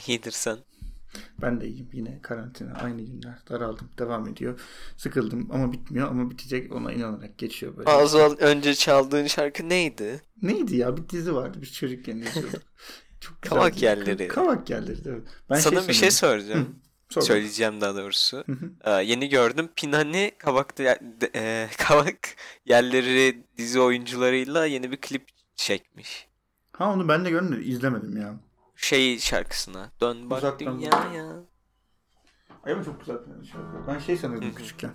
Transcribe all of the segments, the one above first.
İyidir sen. Ben de iyiyim. Yine karantina. Aynı günler. Daraldım. Devam ediyor. Sıkıldım ama bitmiyor ama bitecek. Ona inanarak geçiyor böyle. Az önce çaldığın şarkı neydi? Neydi ya? Bir dizi vardı. Biz çocukken izliyorduk. Çok güzeldi. Kavak Yerleri. Kavak Yerleri. Evet. Ben Sana bir şey sanıyorum. soracağım. Sor bak. Söyleyeceğim daha doğrusu. Yeni gördüm. Pinhani Kavak Yerleri dizi oyuncularıyla yeni bir klip çekmiş. Ha, onu ben de gördüm de izlemedim ya. Şey şarkısına. Dön bak Uzaktan dünyaya. Ay ama çok güzel bir şarkı. Ben sanırdım Hı hı. küçükken.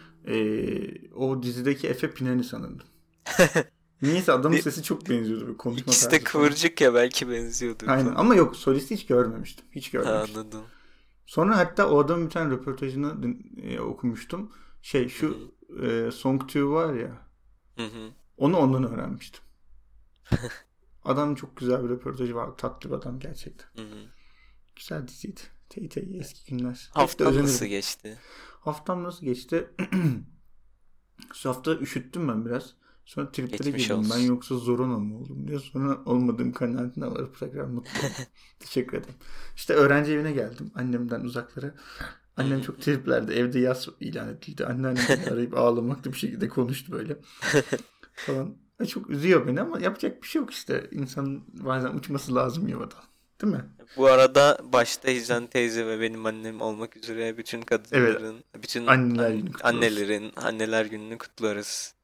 O dizideki Efe Pineni sanırdım. Niyeyse adamın sesi çok benziyordu. Böyle konuşma İkisi de tarzı falan. kıvırcık ya, belki benziyordur Aynen falan. ama yok, solisti hiç görmemiştim. Hiç Ha, görmemiştim. anladım. Sonra hatta o adamın bir tane röportajını okumuştum. Hı Şu hı. Song 2 var ya. Hı hı. Onu ondan öğrenmiştim. Adamın çok güzel bir röportajı var. Tatlı bir adam gerçekten. Hı hı. Güzel diziydi. Tey eski günler. Hep de Haftan nasıl özenirim. geçti? Haftam nasıl geçti? Şu hafta üşüttüm ben biraz. Sonra triplere Geçmiş girdim. Ben olsun. yoksa Zorona mı oldum diye. Sonra olmadığım kanaatine varıp tekrar mutlu oldum. Teşekkür ederim. İşte öğrenci evine geldim. Annemden uzaklara. Hı Annem hı. çok triplerde. Evde yaz ilan edildi. Anneannem beni arayıp ağlamaklı bir şekilde konuştu böyle. Falan. Çok üzüyor beni ama yapacak bir şey yok işte. İnsanın bazen uçması lazım yuvadan. Değil mi? Bu arada başta Hicran teyze ve benim annem olmak üzere bütün Evet. kadınların, bütün Anneler günü kutlu olsun. annelerin anneler gününü kutlarız.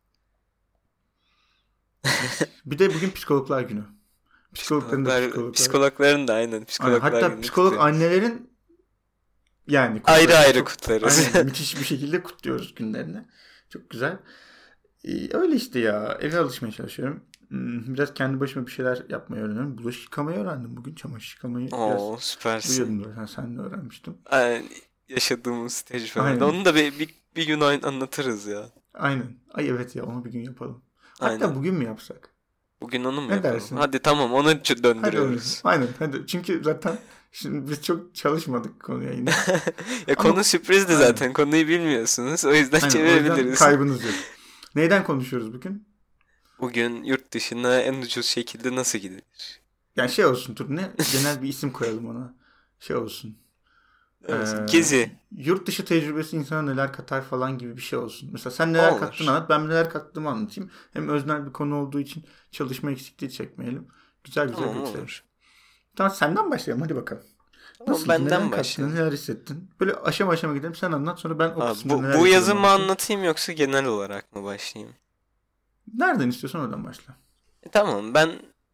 Bir de bugün psikologlar günü. Psikologların da psikologlar. Psikologların da aynen Aynen. psikologlar Hatta gününü psikolog kutluyoruz. annelerin yani Ayrı kutlarız. ayrı Çok kutlarız. aynen müthiş bir şekilde kutluyoruz günlerini. Çok güzel. Öyle işte ya. Eve alışmaya çalışıyorum. Biraz kendi başıma bir şeyler yapmayı öğreniyorum. Bulaşık yıkamayı öğrendim bugün. Çamaşır yıkamayı biraz Oo, süpersin. duyuyordum zaten. Seninle öğrenmiştim. Yani yaşadığımız tecrübelerden. Aynen. Onu da bir gün anlatırız ya. Aynen. Ay evet ya, onu bir gün yapalım. Hatta Aynen. bugün mü yapsak? Bugün onu mu Ne yapalım? dersin? Hadi tamam, onu Hadi onu. döndürüyoruz. Aynen hadi. Çünkü zaten şimdi biz çok çalışmadık konuya yine. Ya Ama konu sürprizdi aynen. zaten. Konuyu bilmiyorsunuz. O yüzden Aynen. O yüzden çevirebiliriz. kaybınız yok. Neyden konuşuyoruz bugün? Bugün yurt dışına en ucuz şekilde nasıl gidilir? Yani şey olsun, dur ne genel bir isim koyalım ona. Şey olsun. Evet, Ee, gezi. Yurt dışı tecrübesi insana neler katar falan gibi bir şey olsun. Mesela sen neler kattığını Olur. anlat, ben neler kattığımı anlatayım. Hem öznel bir konu olduğu için çalışma eksikliği çekmeyelim. Güzel güzel Tamam, götürelim. olur. Tamam, senden başlayalım hadi bakalım. Tamam, Nasıldı, neler benden kattın, başlayalım. neler hissettin? Böyle aşama aşama gidelim, sen anlat, sonra ben o Abi, kısımda bu, neler bu yaşadım yazımı anlatayım. anlatayım yoksa genel olarak mı başlayayım? Nereden istiyorsan oradan başla. Tamam, ben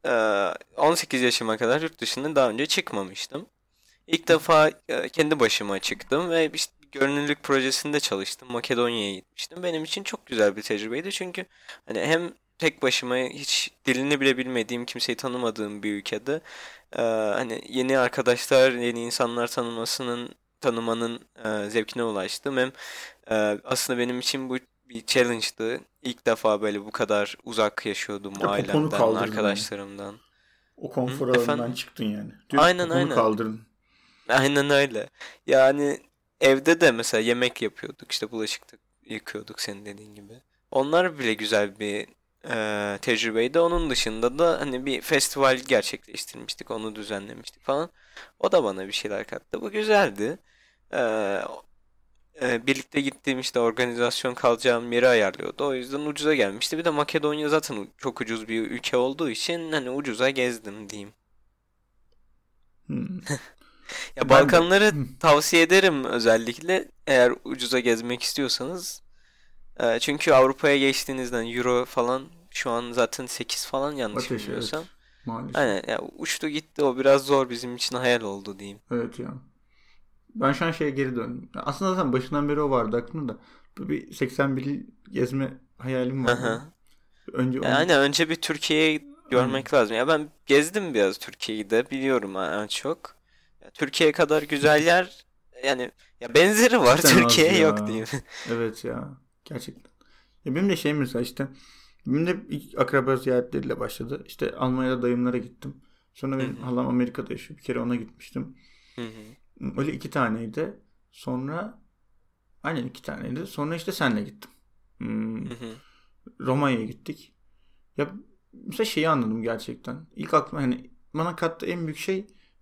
18 yaşıma kadar yurt dışına daha önce çıkmamıştım. İlk defa kendi başıma çıktım ve işte bir gönüllülük projesinde çalıştım. Makedonya'ya gitmiştim. Benim için çok güzel bir tecrübeydi çünkü hani hem tek başıma hiç dilini bile bilmediğim, kimseyi tanımadığım bir ülkede hani yeni arkadaşlar, yeni insanlar tanımanın zevkine ulaştım. Hem aslında benim için bu bir challenge'dı. İlk defa böyle bu kadar uzak yaşıyordum Ya poponu ailemden, kaldırdın hani. arkadaşlarımdan. O Hı? konfor alanından Efendim? çıktın yani. Diyorum ki Aynen poponu aynen. kaldırdın. Aynen öyle. Yani evde de mesela yemek yapıyorduk, işte bulaşık yıkıyorduk senin dediğin gibi. Onlar bile güzel bir tecrübeydi. Onun dışında da hani bir festival gerçekleştirmiştik, onu düzenlemiştik falan. O da bana bir şeyler kattı. Bu güzeldi. Birlikte gittiğim işte organizasyon kalacağım yeri ayarlıyordu. O yüzden ucuza gelmişti. Bir de Makedonya zaten çok ucuz bir ülke olduğu için hani ucuza gezdim diyeyim. Hmm. Ya Ben de. Balkanları tavsiye ederim özellikle eğer ucuza gezmek istiyorsanız. Çünkü Avrupa'ya geçtiğinizden euro falan şu an zaten 8 falan, yanlış Ateş, bilmiyorsam. evet. Maalesef. Aynen ya, uçtu gitti, o biraz zor bizim için, hayal oldu diyeyim. Evet ya. Ben şu an şeye geri döndüm. Aslında zaten başından beri o vardı aklımda. Böyle bir 81 gezme hayalim Hı var benim. hı. Önce onu Yani önce bir Türkiye'yi aynen. görmek lazım. Ya ben gezdim biraz Türkiye'yi de, biliyorum en çok. Ya Türkiye kadar güzel yer yani, ya benzeri var Cidden az Türkiye yok ya. diyeyim. Evet ya. Gerçekten. Ya benim de şey mesela işte benim de ilk akraba ziyaretleriyle başladı. İşte Almanya'da dayımlara gittim. Sonra Hı benim hı. halam Amerika'da yaşıyor. Bir kere ona gitmiştim. Hı hı. Öyle iki taneydi. Sonra aynen iki taneydi. Sonra işte senle gittim. Hmm, Hı hı. Romanya'ya gittik. Ya mesela şeyi anladım gerçekten. İlk aklıma hani bana kattığı en büyük şey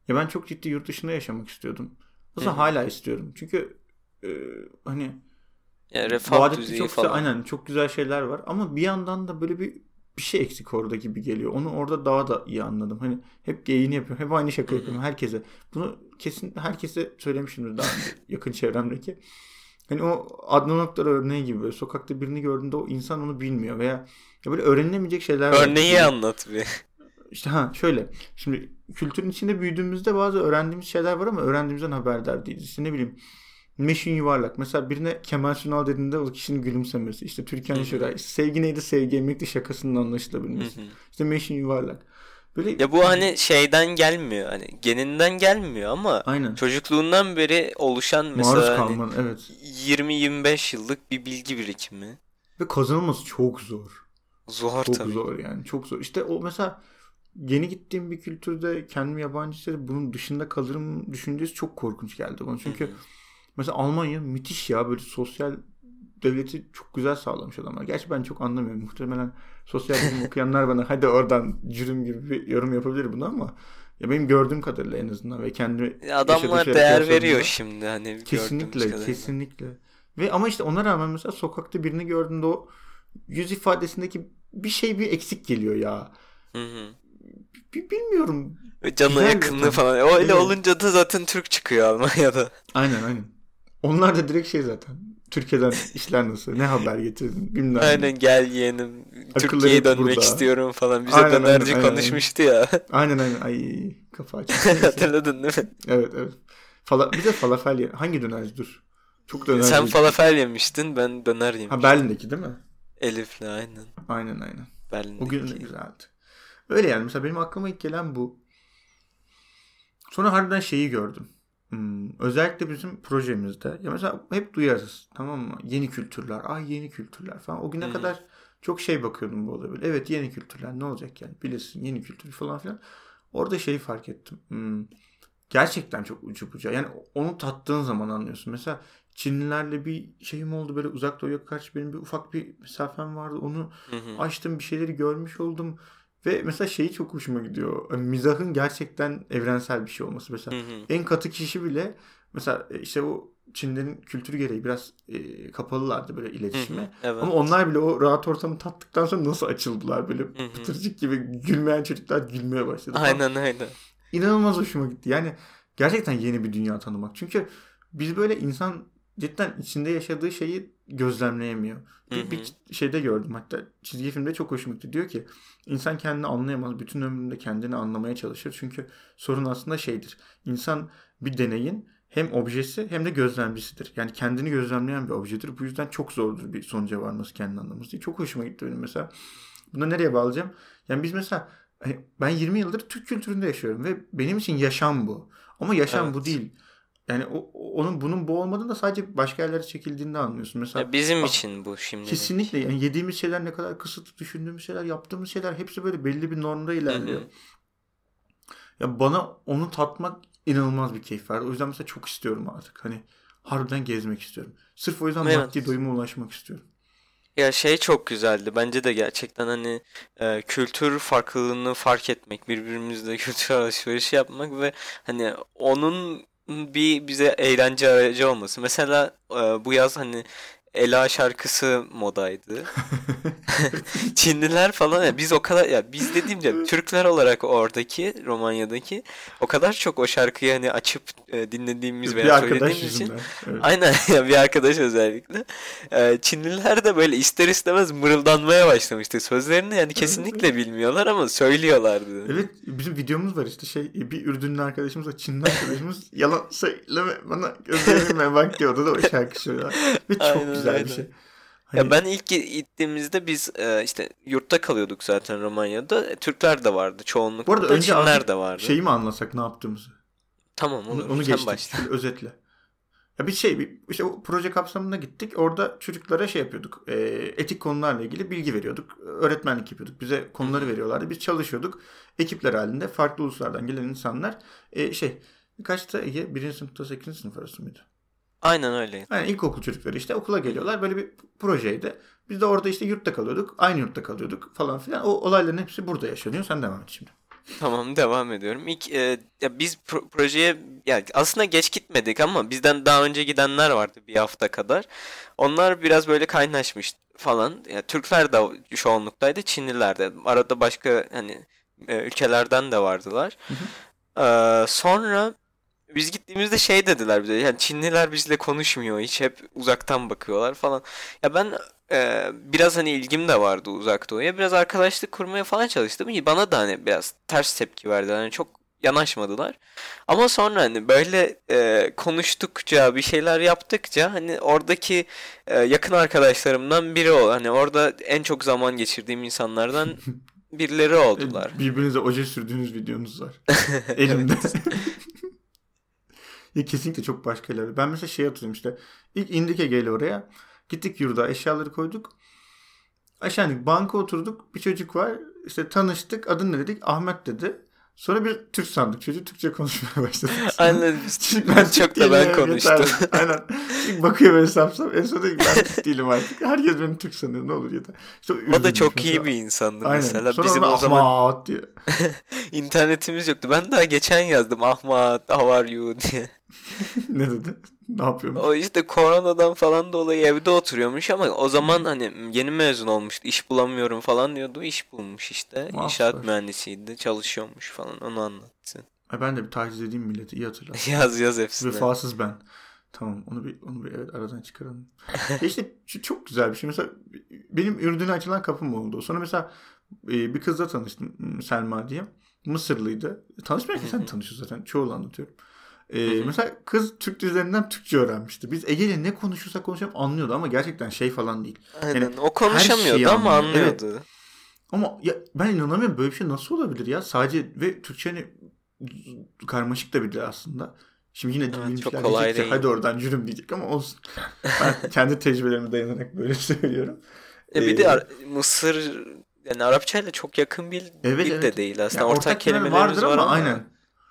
Ya ben çok ciddi yurt dışında yaşamak istiyordum. Hı Aslında hı. hala istiyorum. Çünkü hani Ya refah vaadette düzeyi çok güzel, falan. aynen çok güzel şeyler var. Ama bir yandan da böyle bir şey eksik orada gibi geliyor. Onu orada daha da iyi anladım. Hani hep geyini yapıyorum. Hep aynı şaka Hı hı. yapıyorum herkese. Bunu kesin herkese söylemişimdir daha önce yakın çevremdeki. Hani o Adnan Oktar örneği gibi böyle sokakta birini gördüğünde o insan onu bilmiyor veya ya böyle öğrenilemeyecek şeyler var Örneği gibi. anlat bir. İşte şöyle. Şimdi kültürün içinde büyüdüğümüzde bazı öğrendiğimiz şeyler var ama öğrendiğimizden haberdar değiliz. İşte ne bileyim Meşin Yuvarlak. Mesela birine Kemal Sunal dediğinde o kişinin gülümsemesi. İşte Hı Türkan hı. Şoray. İşte sevgi neydi? Sevgi emekli şakasının Hı anlaşılabilmesi. hı. İşte Meşin Yuvarlak. Böyle Ya bu hani şeyden gelmiyor. Hani geninden gelmiyor ama aynen. çocukluğundan beri oluşan Maruz mesela hani kalman evet. 20-25 yıllık bir bilgi birikimi. Ve kazanılması çok zor. Zor Çok tabii. zor yani. Çok zor. İşte o mesela yeni gittiğim bir kültürde kendimi yabancı hissedip bunun dışında kalırım düşüncesi çok korkunç geldi bana. Hı Çünkü hı. mesela Almanya müthiş ya böyle sosyal devleti çok güzel sağlamış adamlar. Gerçi ben çok anlamıyorum. Muhtemelen sosyal bilim okuyanlar bana hadi oradan cürüm gibi bir yorum yapabilir bunu ama ya benim gördüğüm kadarıyla en azından ve kendi yaşadığım Adamlar şeyle değer veriyor kıyasladığımda şimdi hani gördüğümüz kesinlikle kadarıyla. kesinlikle. Ve ama işte ona rağmen mesela sokakta birini gördüğünde o yüz ifadesindeki bir eksik geliyor ya. Hı hı. Bilmiyorum. Ve canına Güzel bir yakınlığı utanç. falan. Öyle Evet. olunca da zaten Türk çıkıyor Almanya'da. Aynen. Onlar da direkt şey zaten. Türkiye'den işler nasıl? Ne haber getirdin? Bilmem ne. Aynen gel yeğenim. Akılları Türkiye'ye hep dönmek burada. istiyorum falan. Bize Aynen. dönerci konuşmuştu ya. Aynen. Ay kafa açmış. Neyse. Hatırladın değil mi? Evet. Bir de falafel ye. Hangi dönerci dur? Çok Sen dönerci. falafel yemiştin, ben döner Ha yemiştim. Berlin'deki değil mi? Elif'le aynen. Aynen. O gün de Berlin'deki. güzeldi. Öyle yani. Mesela benim aklıma ilk gelen bu. Sonra harbiden şeyi gördüm. Özellikle bizim projemizde. Ya mesela hep duyarız. Tamam mı? Yeni kültürler. Ay yeni kültürler falan. O Hı güne hı. kadar çok şey bakıyordum bu olaya böyle. Evet yeni kültürler ne olacak yani? Bilirsin yeni kültür falan filan. Orada şeyi fark ettim. Gerçekten çok ucu bucağı. Yani onu tattığın zaman anlıyorsun. Mesela Çinlilerle bir şeyim oldu böyle uzak doğuya karşı benim bir ufak bir mesafem vardı. Onu Hı hı. açtım bir şeyleri görmüş oldum. Ve mesela şeyi çok hoşuma gidiyor. Yani mizahın gerçekten evrensel bir şey olması. Mesela Hı hı. en katı kişi bile mesela işte o Çinlerin kültürü gereği biraz kapalılardı böyle Hı hı. iletişime. Ama Evet. onlar bile o rahat ortamı tattıktan sonra nasıl açıldılar böyle Hı hı. pıtırcık gibi gülmeyen çocuklar gülmeye başladı falan. Aynen öyle. İnanılmaz hoşuma gitti. Yani gerçekten yeni bir dünya tanımak. Çünkü biz böyle insan cidden içinde yaşadığı şeyi gözlemleyemiyor. Hı Bir hı. şeyde gördüm hatta çizgi filmde çok hoşuma gitti. Diyor ki insan kendini anlayamaz. Bütün ömründe kendini anlamaya çalışır. Çünkü sorun aslında şeydir. İnsan bir deneyin hem objesi hem de gözlemcisidir. Yani kendini gözlemleyen bir objedir. Bu yüzden çok zordur bir sonuca varması, kendini anlaması diye. Çok hoşuma gitti benim mesela. Bunu nereye bağlayacağım? Yani biz mesela ben 20 yıldır Türk kültüründe yaşıyorum ve benim için yaşam bu. Ama yaşam bu Evet. değil. Yani bunun bu olmadığını da sadece başka yerlere çekildiğinde anlıyorsun. Mesela Ya bizim bak için bu şimdilik. kesinlikle yani yediğimiz şeyler ne kadar kısıtlı, düşündüğümüz şeyler, yaptığımız şeyler hepsi böyle belli bir normda Hı ilerliyor. hı. Ya bana onu tatmak inanılmaz bir keyif verdi. O yüzden mesela çok istiyorum artık. Hani harbiden gezmek istiyorum. Sırf o yüzden maddi Evet. doyuma ulaşmak istiyorum. Ya şey çok güzeldi. Bence de gerçekten hani kültür farklılığını fark etmek, birbirimizle kültür alışverişi yapmak ve hani onun bir bize eğlence aracı olması. Mesela bu yaz hani Ela şarkısı modaydı. Çinliler falan ya biz o kadar ya biz dediğimce Evet. Türkler olarak oradaki Romanya'daki o kadar çok o şarkıyı hani açıp dinlediğimiz Bir veya arkadaş söylediğimiz için yüzünden. Evet. aynen ya bir arkadaş özellikle Çinliler de böyle ister istemez mırıldanmaya başlamıştı sözlerini yani Evet. kesinlikle bilmiyorlar ama söylüyorlardı. Evet bizim videomuz var işte bir Ürdünlü arkadaşımız var Çinli arkadaşımız yalan söyleme bana gözlerime bak diyordu da o şarkı söylüyor. Ve çok Aynen güzel bir öyle. şey. Ya Hani ben ilk gittiğimizde biz işte yurtta kalıyorduk zaten Romanya'da. Türkler de vardı bu çoğunlukla arada da önce Çinler azıcık de vardı. şeyi mi anlasak ne yaptığımızı? Tamam olur. Onu Sen geçtik. başla. Şöyle özetle. Ya işte o proje kapsamında gittik. Orada çocuklara şey yapıyorduk. Etik konularla ilgili bilgi veriyorduk. Öğretmenlik yapıyorduk. Bize Hı konuları hı. veriyorlardı. Biz çalışıyorduk. Ekipler halinde farklı uluslardan gelen insanlar kaçta Ege? Birinci sınıfta 8. sınıf arası mıydı? Aynen öyleydi. Yani ilkokul çocukları işte okula Hı hı. geliyorlar. Böyle bir projeydi. Biz de orada işte yurtta kalıyorduk. Aynı yurtta kalıyorduk falan filan. O olayların hepsi burada yaşanıyor. Sen devam et şimdi. Tamam, devam ediyorum. Ya biz projeye yani aslında geç gitmedik ama bizden daha önce gidenler vardı bir hafta kadar. Onlar biraz böyle kaynaşmış falan. Ya Türkler de çoğunluktaydı, Çinliler de. Arada başka hani ülkelerden de vardılar. Hı hı. Sonra biz gittiğimizde şey dediler bize. Yani Çinliler bizle konuşmuyor hiç, hep uzaktan bakıyorlar falan. Ya ben biraz hani ilgim de vardı Uzak Doğu'ya. Biraz arkadaşlık kurmaya falan çalıştım. İyi, bana da hani biraz ters tepki verdiler. Hani çok yanaşmadılar. Ama sonra hani böyle konuştukça, bir şeyler yaptıkça hani oradaki yakın arkadaşlarımdan biri ol. Hani orada en çok zaman geçirdiğim insanlardan birileri oldular. Birbirinize oje sürdüğünüz videonuz var. Elimde. Evet. Ya kesinlikle çok başka yerlerde. Ben mesela şey hatırlıyorum işte. İlk indik Ege'yle oraya. Gittik yurda, eşyaları koyduk. Aşağı indik, banka oturduk. Bir çocuk var. İşte tanıştık. Adın ne dedik? Ahmet dedi. Sonra bir Türk sandık. Çocuk Türkçe konuşmaya başladı. Sonra Aynen, çocuk ben çok Türk da değilim ben ya, konuştum. yeter dedi. Aynen. Çocuk bakıyor böyle saf saf. En sonunda dedi ki, ben Türk değilim artık. Herkes beni Türk sanıyor. Ne olur yeter. İşte O da üzülmüş çok iyi mesela. bir insandı Aynen. mesela. Sonra Bizim ona o zaman Ahmet diye. internetimiz yoktu. Ben daha geçen yazdım Ahmet, how are you diye. Ne dedi? Ne O yapıyormuş? işte koronadan falan dolayı evde oturuyormuş ama o zaman hani yeni mezun olmuştu. İş bulamıyorum falan diyordu. İş bulmuş işte. Ah, İnşaat süper. mühendisiydi. Çalışıyormuş falan. Onu anlattı. Ay, ben de bir taciz edeyim milleti. İyi hatırlattın. Yaz yaz hepsine. Vefasız ben. Tamam, onu bir evet aradan çıkaralım. Ya işte çok güzel bir şey. Mesela benim Ürdün'e açılan kapım oldu. Sonra mesela bir kızla tanıştım, Selma diye. Mısırlıydı. Tanışmıyorken sen tanışıyorsun zaten. Çoğulu anlatıyorum. Mesela kız Türk dizilerinden Türkçe öğrenmişti. Biz Ege'yle ne konuşursak konuşalım anlıyordu ama gerçekten şey falan değil. Yani Aynen. O her şeyi konuşamıyordu ama anlıyor. Evet. anlıyordu. Ama ya ben inanamıyorum, böyle bir şey nasıl olabilir ya? Sadece ve Türkçe hani karmaşık da bir dil aslında. Şimdi yine Evet, çok bilmişler kolay diyecek ki değil. hadi oradan cürüm diyecek ama olsun. Ben kendi tecrübelerime dayanarak böyle söylüyorum. Bir de Ee, Mısır yani Arapça ile çok yakın bir evet dil de evet. değil. Ya Aslında ortak ortak kelime vardır kelimelerimiz var ama ama aynen.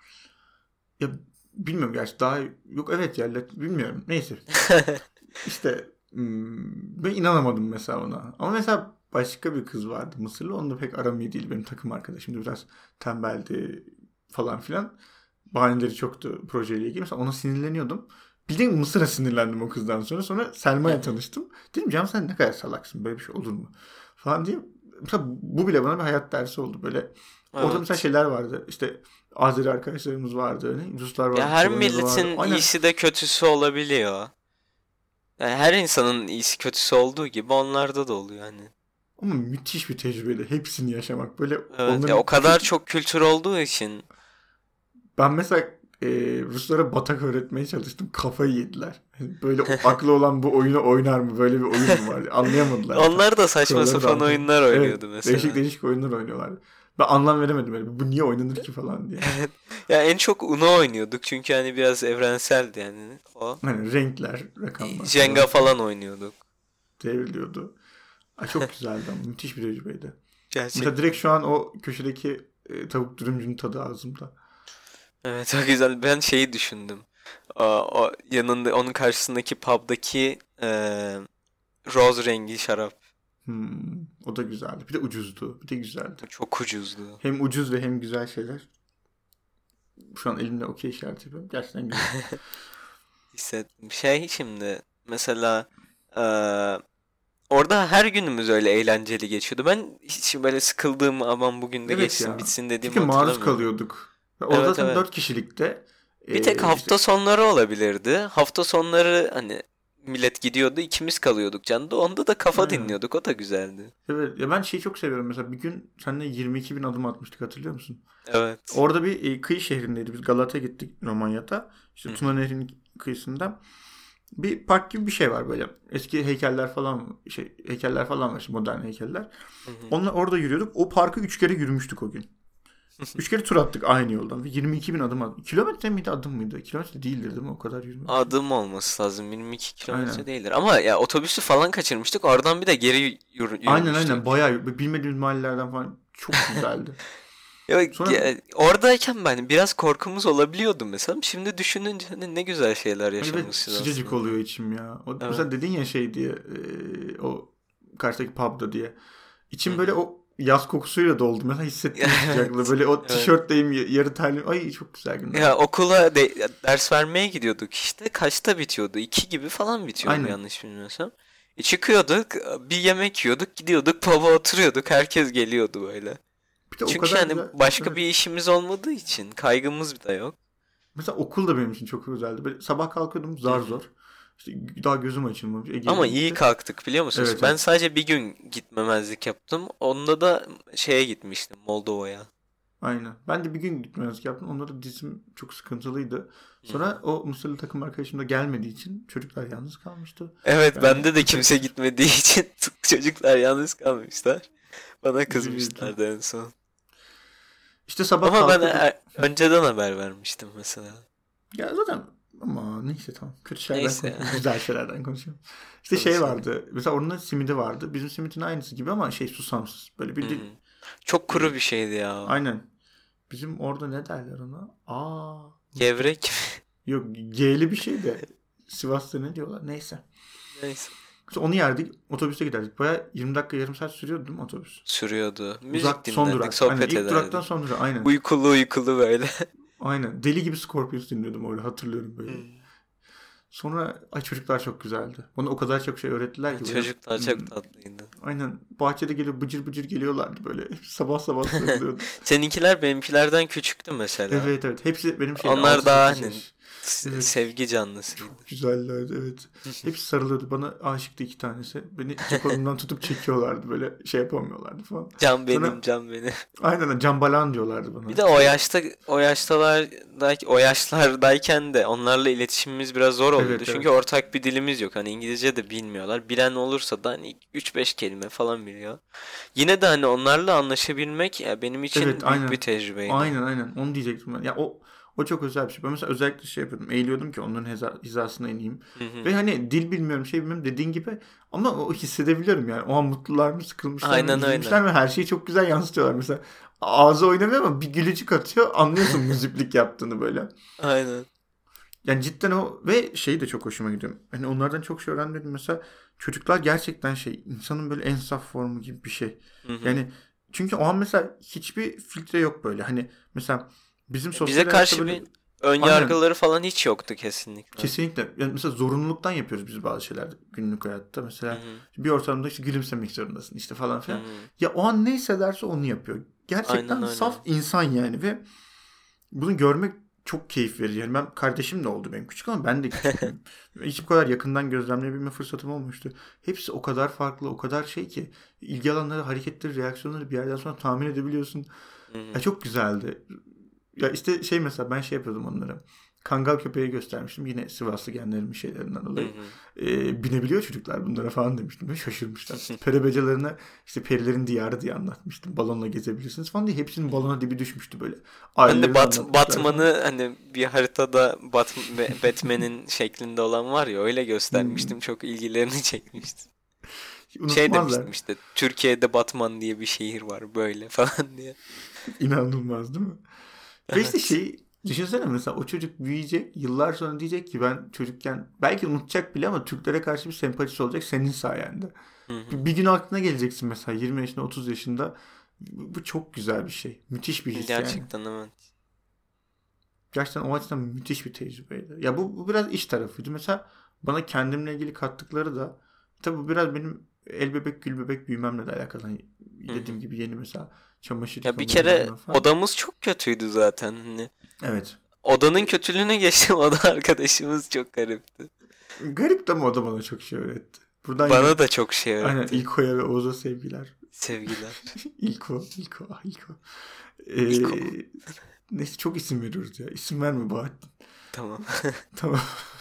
Ya bilmiyorum gerçi daha yok, evet ya bilmiyorum. Neyse. İşte ben inanamadım mesela ona. Ama mesela başka bir kız vardı Mısırlı. Onunla pek aram iyi değil. Benim takım arkadaşımdı. Biraz tembeldi falan filan. Bahaneleri çoktu projeyle ilgili. Mesela ona sinirleniyordum. Bildiğin Mısır'a sinirlendim o kızdan sonra. Sonra Selma'ya tanıştım. Dedim Can sen ne kadar salaksın. Böyle bir şey olur mu? Falan diye. Mesela bu bile bana bir hayat dersi oldu. Böyle orada mesela evet. şeyler vardı. İşte Azeri arkadaşlarımız vardı. Hani Ruslar Ya vardı. her Polonyalı vardı. milletin Aynen. iyisi de kötüsü olabiliyor. Yani her insanın iyisi kötüsü olduğu gibi onlarda da oluyor hani. Ama müthiş bir tecrübeydi. Hepsini yaşamak. Böyle Evet ya, o onların kadar çok kültür olduğu için. ben mesela Ruslara batak öğretmeye çalıştım. Kafayı yediler. Yani böyle aklı olan bu oyunu oynar mı? Böyle bir oyun mu var? Anlayamadılar zaten. Onlar da saçma Kuralları da sapan anlayamadılar. oyunlar Evet. oynuyordu Değişik mesela. değişik oyunlar oynuyorlardı. Ben anlam veremedim. Böyle. Bu niye oynanır ki falan diye. Evet. Ya en çok Uno oynuyorduk çünkü hani biraz evrenseldi yani o. Hani renkler, rakamlar falan Jenga filan falan oynuyorduk. devriliyordu. Ay, çok güzeldi ama müthiş bir tecrübeydi. Mesela direkt Gerçekten. şu an o köşedeki tavuk dürümcünün tadı ağzımda. Evet, çok güzel. Ben şeyi düşündüm. O yanında, onun karşısındaki pub'daki roz rengi şarap. O da güzeldi. Bir de ucuzdu. Bir de güzeldi. O çok ucuzdu. Hem ucuz ve hem güzel şeyler. Şu an elimde okey işareti yapıyorum. Gerçekten güzel. Hissettim. Şey, şimdi mesela eee, orada her günümüz öyle eğlenceli geçiyordu. Ben hiç böyle sıkıldığım, aman bugün de Evet geçsin ya. bitsin dediğimi Çünkü maruz hatırlamıyorum. kalıyorduk. Ve orada Evet, zaten evet. 4 kişilikte Bir tek işte hafta sonları olabilirdi. Hafta sonları hani millet gidiyordu, ikimiz kalıyorduk canında. Onda da kafa aynen. dinliyorduk. O da güzeldi. Evet ya, ben şeyi çok seviyorum. Mesela bir gün seninle 22 bin adım atmıştık, hatırlıyor musun? Evet. Orada bir kıyı şehrindeydi. Biz Galata'ya gittik, Romanya'da. İşte Hı Tuna hı. Nehri'nin kıyısında. Bir park gibi bir şey var böyle. Eski heykeller falan, heykeller falan var, işte modern heykeller. Hı hı. Onunla orada yürüyorduk. O parkı 3 kere yürümüştük o gün. 3 kere tur attık aynı yoldan. Ve 22 bin adım attık. Kilometre miydi, adım mıydı? Kilometre değildir değil mi? O kadar yürümemişim. Adım olması lazım. 22 kilometre Aynen. değildir. Ama ya otobüsü falan kaçırmıştık. Oradan bir de geri Aynen aynen. yürümüştük. Bayağı bilmediğimiz mahallelerden falan, çok güzeldi. Ya, Sonra oradayken ben biraz korkumuz olabiliyordu mesela. Şimdi düşününce hani ne güzel şeyler evet, yaşamışız sıcacık aslında. oluyor içim ya. O, Evet. mesela dedin ya şey diye, o karşıdaki pub'da diye. Hı İçim böyle hı. o yaz kokusuyla doldu. Mesela hissettim sıcaklığı. Evet. Böyle o Evet. tişörtteyim, yarı terliyim. Ay çok güzel günler. Ya ders vermeye gidiyorduk işte. Kaçta bitiyordu? 2 gibi falan bitiyordu Aynen. yanlış bilmiyorsam. Çıkıyorduk, bir yemek yiyorduk, gidiyorduk, pub'a oturuyorduk. Herkes geliyordu böyle. Bir de o Çünkü kadar yani güzel. başka Evet. bir işimiz olmadığı için kaygımız da yok. Mesela okul da benim için çok güzeldi. Böyle sabah kalkıyordum Hı zar hı. zor. İşte daha gözüm açılmamış. Ama Ege'yle iyi birlikte. kalktık biliyor musunuz? Evet Ben evet. sadece bir gün gitmemezlik yaptım. Onda da şeye gitmiştim, Moldova'ya. Aynen. Ben de bir gün gitmezlik yaptım. Onda da dizim çok sıkıntılıydı. Hı hı. Sonra o Mısırlı takım arkadaşım da gelmediği için çocuklar yalnız kalmıştı. Evet, Ben de bende de tek kimse başıma gitmediği için çocuklar yalnız kalmışlar. Bana üzücüydü. kızmışlardı en son. İşte sabah Ama ben kalkıyorduk. önceden haber vermiştim mesela. Ya zaten ama neyse tamam. Kötü şeylerden Neyse ya. konuşuyoruz. Güzel şeylerden konuşuyoruz. İşte şey Konuşalım. vardı. Mesela onun simidi vardı. Bizim simidin aynısı gibi ama şey susamsız. Böyle Hı bildiğin hı. Çok e, kuru bir şeydi ya. aynen. Bizim orada ne derler ona? Aa unuttum. Gevrek mi? Yok G'li bir şey de Sivas'ta ne diyorlar? Neyse. Neyse. İşte onu yerdik. Otobüse giderdik. Baya 20 dakika yarım saat sürüyordu değil mi otobüs? Sürüyordu. Müzik Uzak son dinlerdik, durak. Aynen sohbet ilk duraktan ederdik. son durak. Aynen. Uykulu uykulu böyle. Aynen. Deli gibi Scorpions dinliyordum orada hatırlıyorum böyle. Hmm. Sonra ay çocuklar çok güzeldi. Bana o kadar çok şey öğrettiler ki böyle. Çocuklar çok tatlıydı. Aynen bahçede gelip bıcır bıcır geliyorlardı böyle. Sabah sabah sarılıyordu. Seninkiler benimkilerden küçüktü mesela. Evet evet. Hepsi benim şeyde Onlar daha 6-8 hani yaş. Evet. sevgi canlısıydı. Çok güzellerdi evet. Hepsi sarılıyordu. Bana aşıktı iki tanesi. Beni iki kolumdan tutup çekiyorlardı. Böyle şey yapamıyorlardı falan. Can Sonra benim, can benim. aynen cambalan diyorlardı Bir bana. de o yaşlardayken de onlarla iletişimimiz biraz zor oluyordu. Evet Çünkü evet. ortak bir dilimiz yok. Hani İngilizce de bilmiyorlar. Bilen olursa da hani 3-5 kelime falan biliyor. Yine de hani onlarla anlaşabilmek ya benim Evet için büyük bir aynen. tecrübeydi. Aynen onu diyecektim ben. Ya o çok özel bir şey. Ben mesela özellikle şey yapıyordum. Eğiliyordum ki onların hizasına ineyim. Hı hı. Ve hani dil bilmiyorum şey bilmiyorum dediğin gibi ama o hissedebiliyorum yani. O an mutlular mı sıkılmışlar mı Aynen öyle. üzülmüşler mi her şeyi çok güzel yansıtıyorlar. Mesela ağzı oynamıyor ama bir gülücük atıyor anlıyorsun müziklik yaptığını böyle. Aynen. Yani cidden o ve şey de çok hoşuma gidiyor. Hani onlardan çok şey öğrenmedim. Mesela çocuklar gerçekten şey insanın böyle en saf formu gibi bir şey. Hı hı. Yani çünkü o an mesela hiçbir filtre yok böyle. Hani mesela bizim Bize sosyal hayatta karşı böyle bir ön aynen yargıları falan hiç yoktu kesinlikle. kesinlikle. Yani mesela zorunluluktan yapıyoruz biz bazı şeyler günlük hayatta. Hı Mesela hı. bir ortamda işte gülümsemek zorundasın işte falan Hı filan. hı. Ya o an ne hissederse onu yapıyor. Aynen Gerçekten öyle. saf insan yani ve bunu görmek çok keyif verici. Yani ben kardeşim de oldu benim küçük ama ben de küçüktüm. Hiç bu kadar yakından gözlemleyebilme fırsatım olmuştu. Hepsi o kadar farklı, o kadar şey ki ilgi alanları, hareketleri, reaksiyonları bir yerden sonra tahmin edebiliyorsun. Hı Ya hı. çok güzeldi. Ya işte şey mesela ben şey yapıyordum onlara. Kangal köpeği göstermiştim. Yine Sivaslı genlerimin şeylerinden Hı dolayı. hı. Binebiliyor çocuklar bunlara falan demiştim. Ve şaşırmışlar. Perebecalarına işte perilerin diyarı diye anlatmıştım. Balonla gezebilirsiniz falan diye. Hepsinin balona dibi düşmüştü böyle. Ben de Ailelerini anlatmışlar falan. Batman'ı hani bir haritada Batman'in şeklinde olan var ya öyle Hmm. göstermiştim. Çok ilgilerini çekmişti. Şey Unutmazlar. demiştim işte Türkiye'de Batman diye bir şehir var böyle falan diye. İnanılmaz değil mi? Ve işte Evet. şey düşünsene mesela o çocuk büyüyecek yıllar sonra diyecek ki ben çocukken belki unutacak bile ama Türklere karşı bir sempatisi olacak senin sayende. Hı hı. Bir gün aklına geleceksin mesela 20 yaşında 30 yaşında. Bu çok güzel bir şey. Müthiş bir his yani. Gerçekten evet. Gerçekten o açıdan müthiş bir tecrübeydi. Ya bu biraz iş tarafıydı. Mesela bana kendimle ilgili kattıkları da tabii bu biraz benim el bebek gül bebek büyümemle de alakalı. Hani Hı hı. dediğim gibi yeni mesela çamaşır Ya bir yıkama kere bilmem falan. odamız çok kötüydü zaten. Hani Evet. odanın kötülüğüne geçtim. Oda arkadaşımız çok garipti. Garip de mi o da bana çok şey öğretti. Buradan yine Bana da çok şey aynen öğretti. İlko'ya ve Oğuz'a sevgiler. Sevgiler. İlko. İko. Neyse çok isim veriyoruz ya. İsim verme Bahattin. Tamam. Tamam.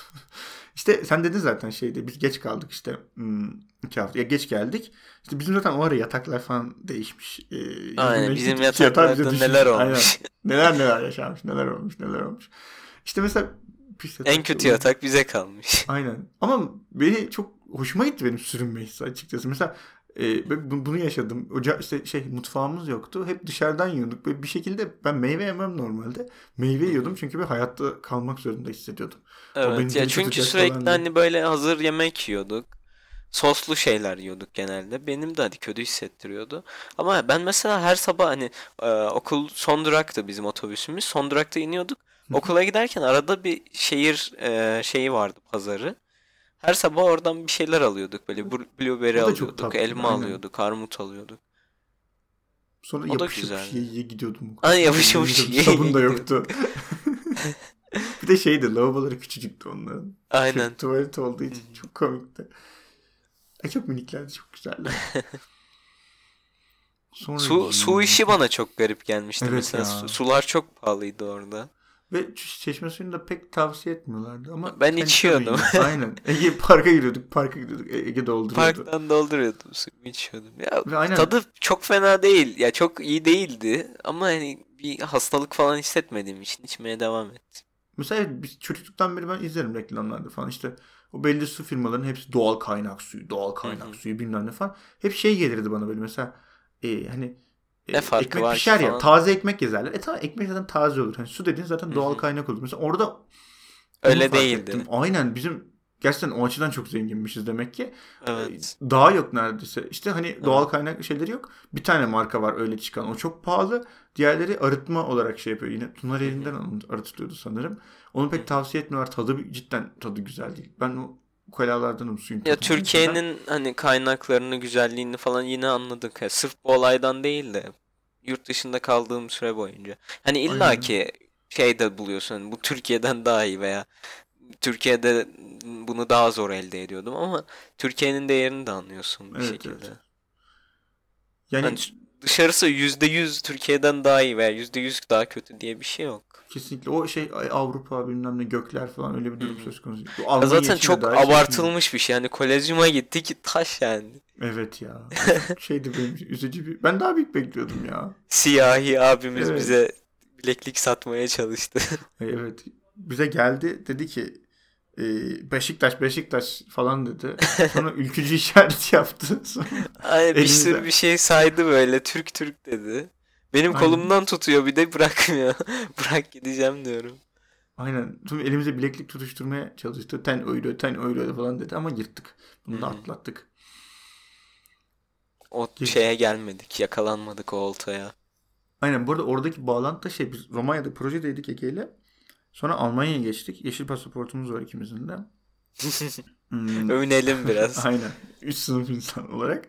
İşte sen dedin zaten şeyde biz geç kaldık işte 2 hafta. Ya geç geldik. İşte bizim zaten o ara yataklar falan değişmiş. 20 Aynen iki, bizim iki yatağı bize yataklarda neler düşmüş. Aynen. olmuş. Neler yaşanmış. Neler olmuş. İşte mesela pis En yatakta kötü uyuduk. yatak bize kalmış. Aynen. Ama beni çok hoşuma gitti benim sürünme hissi açıkçası. Mesela ben bunu yaşadım. İşte şey mutfağımız yoktu. Hep dışarıdan yiyorduk. Böyle bir şekilde ben meyve yemem normalde. Meyve Hı yiyordum hı. çünkü bir hayatta kalmak zorunda hissediyordum. O beni Evet ya diri çünkü tutacak sürekli falan diye. hani böyle hazır yemek yiyorduk. soslu şeyler yiyorduk genelde. Benim de hadi kötü hissettiriyordu. Ama ben mesela her sabah hani okul son duraktı bizim otobüsümüz. Son durakta iniyorduk. Okula giderken arada bir şehir şeyi vardı, pazarı. Her sabah oradan bir şeyler alıyorduk. Böyle blueberry O da çok alıyorduk, tatlı. elma Aynen. alıyorduk, armut alıyorduk. Sonra O da yapış yapış güzeldi. yiye gidiyordum okula. Hani Sonra yapış yemin yapış ediyorum yiye yiye sabun da gidiyorduk. yoktu. Bir de şeydi, lavaboları küçücüktü onların. Aynen. Tuvalet olduğu Hı için hı. çok komikti. Çok miniklerdi, çok güzellerdi. Sonra Su işi bana çok garip gelmişti. evet Mesela ya. sular çok pahalıydı orada. Ve çeşme suyunu da pek tavsiye etmiyorlardı ama Ben sen içiyordun içiyordum. yine. Aynen. Ege parka gidiyorduk. Parka gidiyorduk. Ege dolduruyordu. Parktan dolduruyordum, suyumu içiyordum. Ya Ve aynen. tadı çok fena değil. Ya çok iyi değildi. Ama hani bir hastalık falan hissetmediğim için içmeye devam ettim. Mesela biz çocukluktan beri ben izlerim reklamlarda falan. İşte o belli su firmalarının hepsi doğal kaynak suyu, doğal Hı kaynak hı. suyu bilmem ne falan. Hep şey gelirdi bana böyle mesela hani Ne farkı ekmek var ki pişer ya, falan. taze ekmek yazarlar. Tamam, ekmek zaten taze olur. Hani su dediğin Hı zaten doğal hı. kaynak olur. Mesela orada onu Öyle fark ettim. değildi. Aynen, bizim gerçekten o açıdan çok zenginmişiz demek ki. Evet. Daha yok neredeyse. İşte hani doğal Evet. kaynak şeyleri yok. Bir tane marka var öyle çıkan. O çok pahalı. Diğerleri arıtma olarak şey yapıyor. Yine Tuna Hı hı. elinden arıtılıyordu sanırım. Onu Hı pek hı. tavsiye etmiyorlar. Cidden tadı güzel değil. Ben o ukalalardanım suyun Ya tadını mesela. Türkiye'nin hani kaynaklarını, güzelliğini falan yine anladık. Ya sırf bu olaydan değil de yurt dışında kaldığım süre boyunca. Hani Aynen. illaki şey de buluyorsun. Hani bu Türkiye'den daha iyi veya Türkiye'de bunu daha zor elde ediyordum ama Türkiye'nin değerini de anlıyorsun bir Evet, şekilde. evet. Hani Yani dışarısı %100 Türkiye'den daha iyi veya %100 daha kötü diye bir şey yok. kesinlikle o şey Avrupa bilmem ne gökler falan öyle bir Hı durum hı. söz konusu. Bu Ya Almanya zaten için de çok dahil şey yapmıyorum. abartılmış bir şey. Hani Kolezyum'a gittik, taş yani. Evet ya. O çok şeydi, benim için üzücü bir. Ben daha büyük bekliyordum ya. Siyahi abimiz Evet. bize bileklik satmaya çalıştı. Evet. Bize geldi, dedi ki Beşiktaş Beşiktaş falan dedi. Sonra ülkücü işareti yaptı. Sonra Ay, bir sürü elimize bir şey saydı böyle. Türk Türk dedi. Benim aynen kolumdan tutuyor bir de bırakmıyor. Bırak gideceğim diyorum. aynen. Sonra elimize bileklik tutuşturmaya çalıştı. Ten euro falan dedi ama yırttık. Hı Bunu da hı. atlattık. O Geç. şeye gelmedik. Yakalanmadık o oltaya. Aynen, bu arada oradaki bağlantı da şey, biz Romanya'da projedeydik Ege'yle. Sonra Almanya'ya geçtik. Yeşil pasaportumuz var ikimizin de. Hmm, Övünelim biraz. aynen. Üst sınıf insan olarak.